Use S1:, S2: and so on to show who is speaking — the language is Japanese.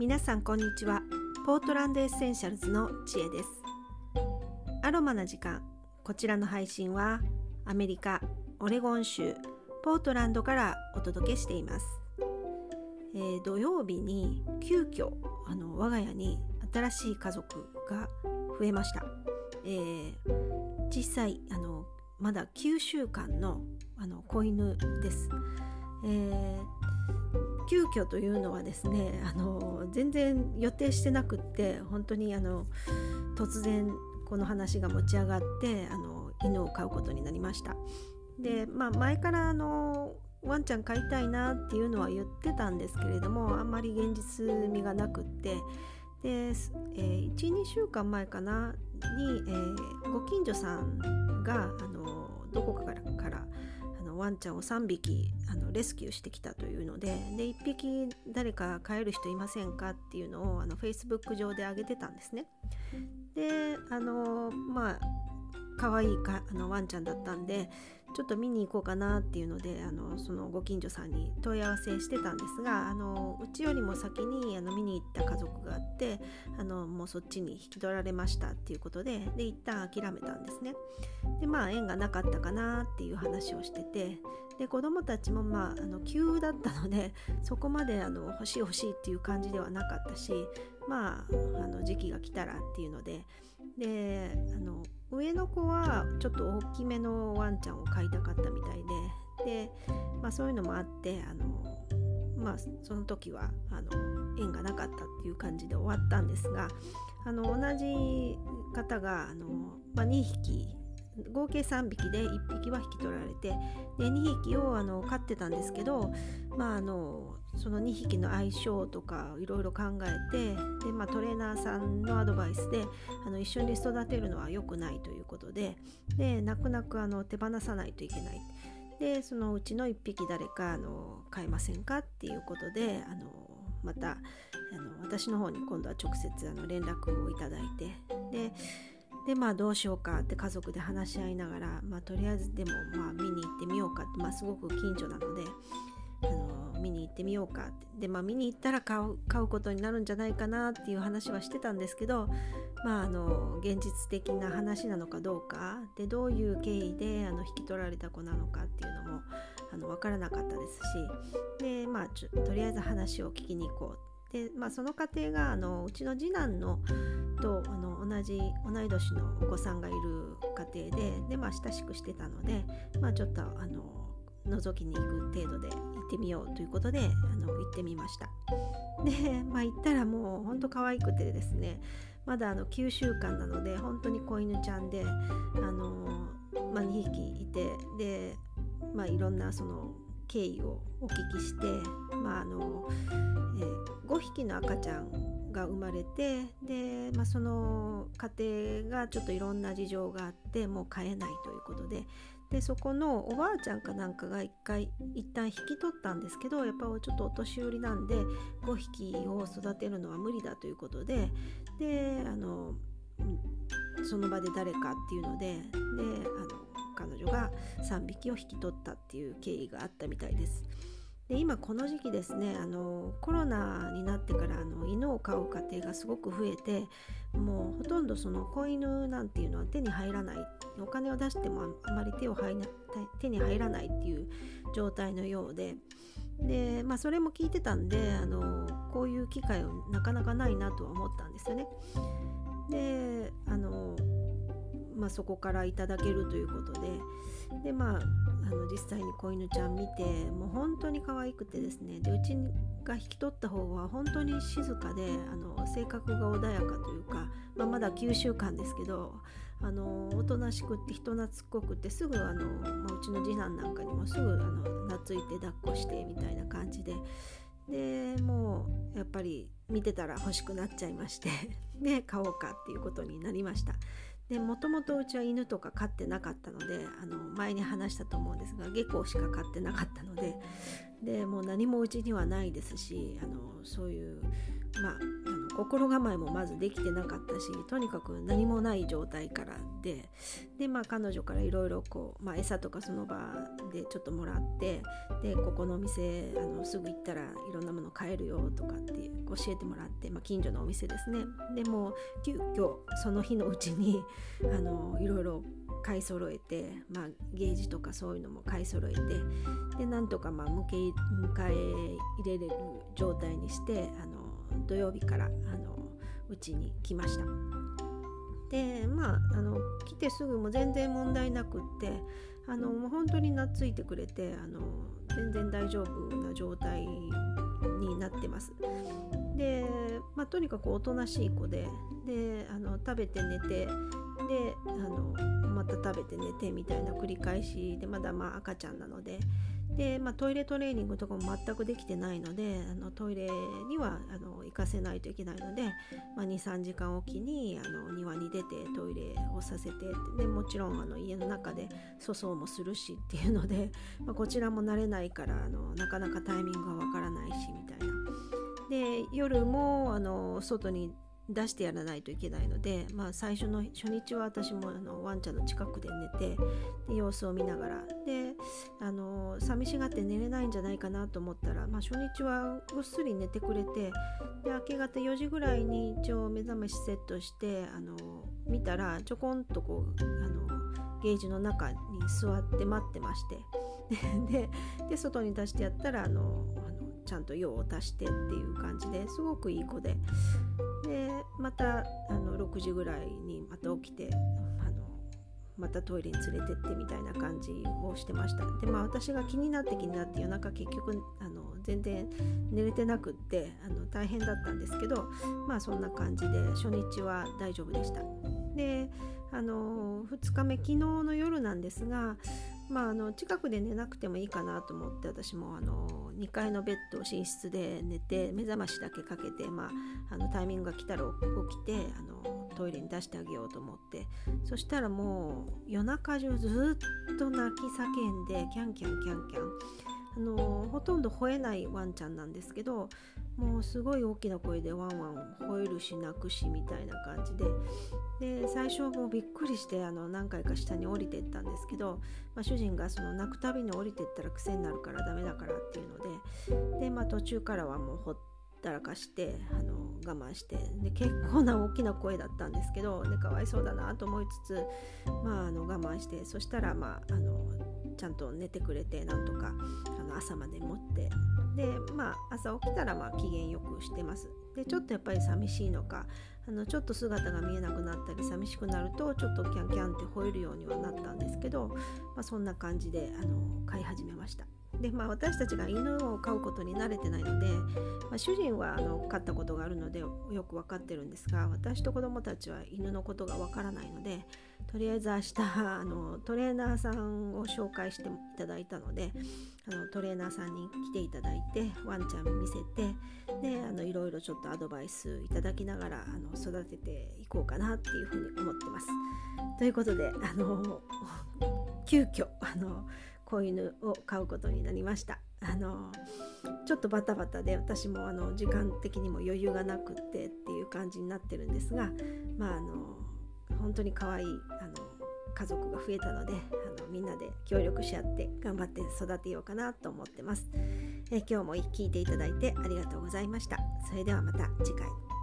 S1: 皆さんこんにちは。ポートランドエッセンシャルズの知恵です。アロマな時間。こちらの配信はアメリカオレゴン州ポートランドからお届けしています。土曜日に急遽我が家に新しい家族が増えました。小さいまだ9週間の子犬です。急遽というのはですね、全然予定してなくって、本当に突然この話が持ち上がって犬を飼うことになりました。で、前からワンちゃん飼いたいなっていうのは言ってたんですけれども、あんまり現実味がなくって、で、1,2 週間前かなに、ご近所さんがどこかからワンちゃんを3匹レスキューしてきたというので、1匹誰か飼える人いませんかっていうのをFacebook 上で上げてたんですね。で可愛いワンちゃんだったんで、ちょっと見に行こうかなっていうのでそのご近所さんに問い合わせしてたんですが、うちよりも先に見に行った家族があって、もうそっちに引き取られましたっていうことで、一旦諦めたんですね。で縁がなかったかなっていう話をしてて、で子供たちも急だったので、そこまで欲しいっていう感じではなかったし、時期が来たらっていうので、上の子はちょっと大きめのワンちゃんを飼いたかったみたいで、そういうのもあってその時は縁がなかったっていう感じで終わったんですが、同じ方が2匹合計3匹で1匹は引き取られて、で2匹を飼ってたんですけど、その2匹の相性とかいろいろ考えて、で、トレーナーさんのアドバイスで一緒に育てるのは良くないということで、泣く泣く手放さないといけない。でそのうちの1匹誰か飼えませんかっていうことでまた私の方に今度は直接連絡をいただいて、でどうしようかって家族で話し合いながら、とりあえずでも見に行ってみようかって、すごく近所なので見に行ってみようかって、で見に行ったら買うことになるんじゃないかなっていう話はしてたんですけど、現実的な話なのかどうかで、どういう経緯で引き取られた子なのかっていうのも分からなかったですし、でとりあえず話を聞きに行こうで、その家庭がうちの次男のと同い年のお子さんがいる家庭で、親しくしてたので、ちょっと覗きに行く程度で行ってみようということで行ってみました。で、行ったらもう本当可愛くてですね、まだ9週間なので本当に子犬ちゃんで2匹いて、でいろんなその経緯をお聞きして、5匹の赤ちゃんが生まれて、で、その家庭がちょっといろんな事情があってもう飼えないということで、そこのおばあちゃんかなんかが一旦引き取ったんですけど、やっぱりちょっとお年寄りなんで5匹を育てるのは無理だということで、その場で誰かっていうので、彼女が3匹を引き取ったっていう経緯があったみたいです。で今この時期ですね、コロナになってから犬を飼う家庭がすごく増えて、もうほとんどその子犬なんていうのは手に入らない、お金を出してもあまり手に入らないっていう状態のようで、それも聞いてたんでこういう機会をなかなかないなとは思ったんですよね。でそこからいただけるということで、実際に子犬ちゃん見て、もう本当に可愛くてですね、でうちが引き取った方は本当に静かで性格が穏やかというか、まだ9週間ですけどおとなしくって人懐っこくってすぐうちの次男なんかにもすぐ懐いて抱っこしてみたいな感じで、もうやっぱり見てたら欲しくなっちゃいましてで買おうかっていうことになりました。でもともとうちは犬とか飼ってなかったので、前に話したと思うんですが、ゲコしか飼ってなかったので、もう何もうちにはないですし、そういう子心構えもまずできてなかったし、とにかく何もない状態からで、彼女からいろいろ餌とかその場でちょっともらって、でここのお店すぐ行ったらいろんなもの買えるよとかって教えてもらって、近所のお店ですね。でも急遽その日のうちにいろいろ買い揃えて、ゲージとかそういうのも買い揃えて、でなんとか迎え入れれる状態にして、土曜日からうちに来ました。で来てすぐも全然問題なくって、もう本当に懐いてくれて、全然大丈夫な状態になってます。で、とにかくおとなしい子で、食べて寝て、でまた食べて寝てみたいな繰り返しで、まだ赤ちゃんなので、トイレトレーニングとかも全くできてないので、トイレには行かせないといけないので、2,3 時間おきに庭に出てトイレをさせて、でもちろん家の中で粗相もするしっていうので、こちらも慣れないからなかなかタイミングがわからないしみたいな。で夜も外に出してやらないといけないので、最初日は私もワンちゃんの近くで寝て、で様子を見ながらで寂しがって寝れないんじゃないかなと思ったら、初日はぐっすり寝てくれて、で明け方4時ぐらいに一応目覚ましセットして見たらちょこんとゲージの中に座って待ってましてで外に出してやったらちゃんと用を足してっていう感じですごくいい子で、また6時ぐらいにまた起きてまたトイレに連れてってみたいな感じをしてました。で私が気になって夜中結局全然寝れてなくって大変だったんですけど、そんな感じで初日は大丈夫でした。で2日目昨日の夜なんですが、近くで寝なくてもいいかなと思って、私も2階のベッド寝室で寝て目覚ましだけかけて、タイミングが来たら起きてトイレに出してあげようと思って、そしたらもう夜中中ずっと泣き叫んでキャンキャンキャンキャン、ほとんど吠えないワンちゃんなんですけど、もうすごい大きな声でワンワン吠えるし泣くしみたいな感じで、最初はもうびっくりして何回か下に降りていったんですけど、主人が泣くたびに降りていったら癖になるからダメだからっていうので、途中からはもうほったらかして我慢して、で結構な大きな声だったんですけど、でかわいそうだなと思いつつ、我慢して、そしたらちゃんと寝てくれて、なんとか朝まで持って、で朝起きたら機嫌よくしてます。でちょっとやっぱり寂しいのかちょっと姿が見えなくなったり寂しくなるとちょっとキャンキャンって吠えるようにはなったんですけど、そんな感じで飼い始めました。で私たちが犬を飼うことに慣れてないので、主人は飼ったことがあるのでよく分かってるんですが、私と子供たちは犬のことが分からないので、とりあえず明日トレーナーさんを紹介していただいたので、トレーナーさんに来ていただいてワンちゃん見せて、でいろいろちょっとアドバイスいただきながら育てていこうかなっていうふうに思ってます。ということで急遽子犬を飼うことになりました。ちょっとバタバタで私も時間的にも余裕がなくってっていう感じになってるんですが、本当に可愛い家族が増えたのでみんなで協力し合って頑張って育てようかなと思ってます。今日も聞いていただいてありがとうございました。それではまた次回。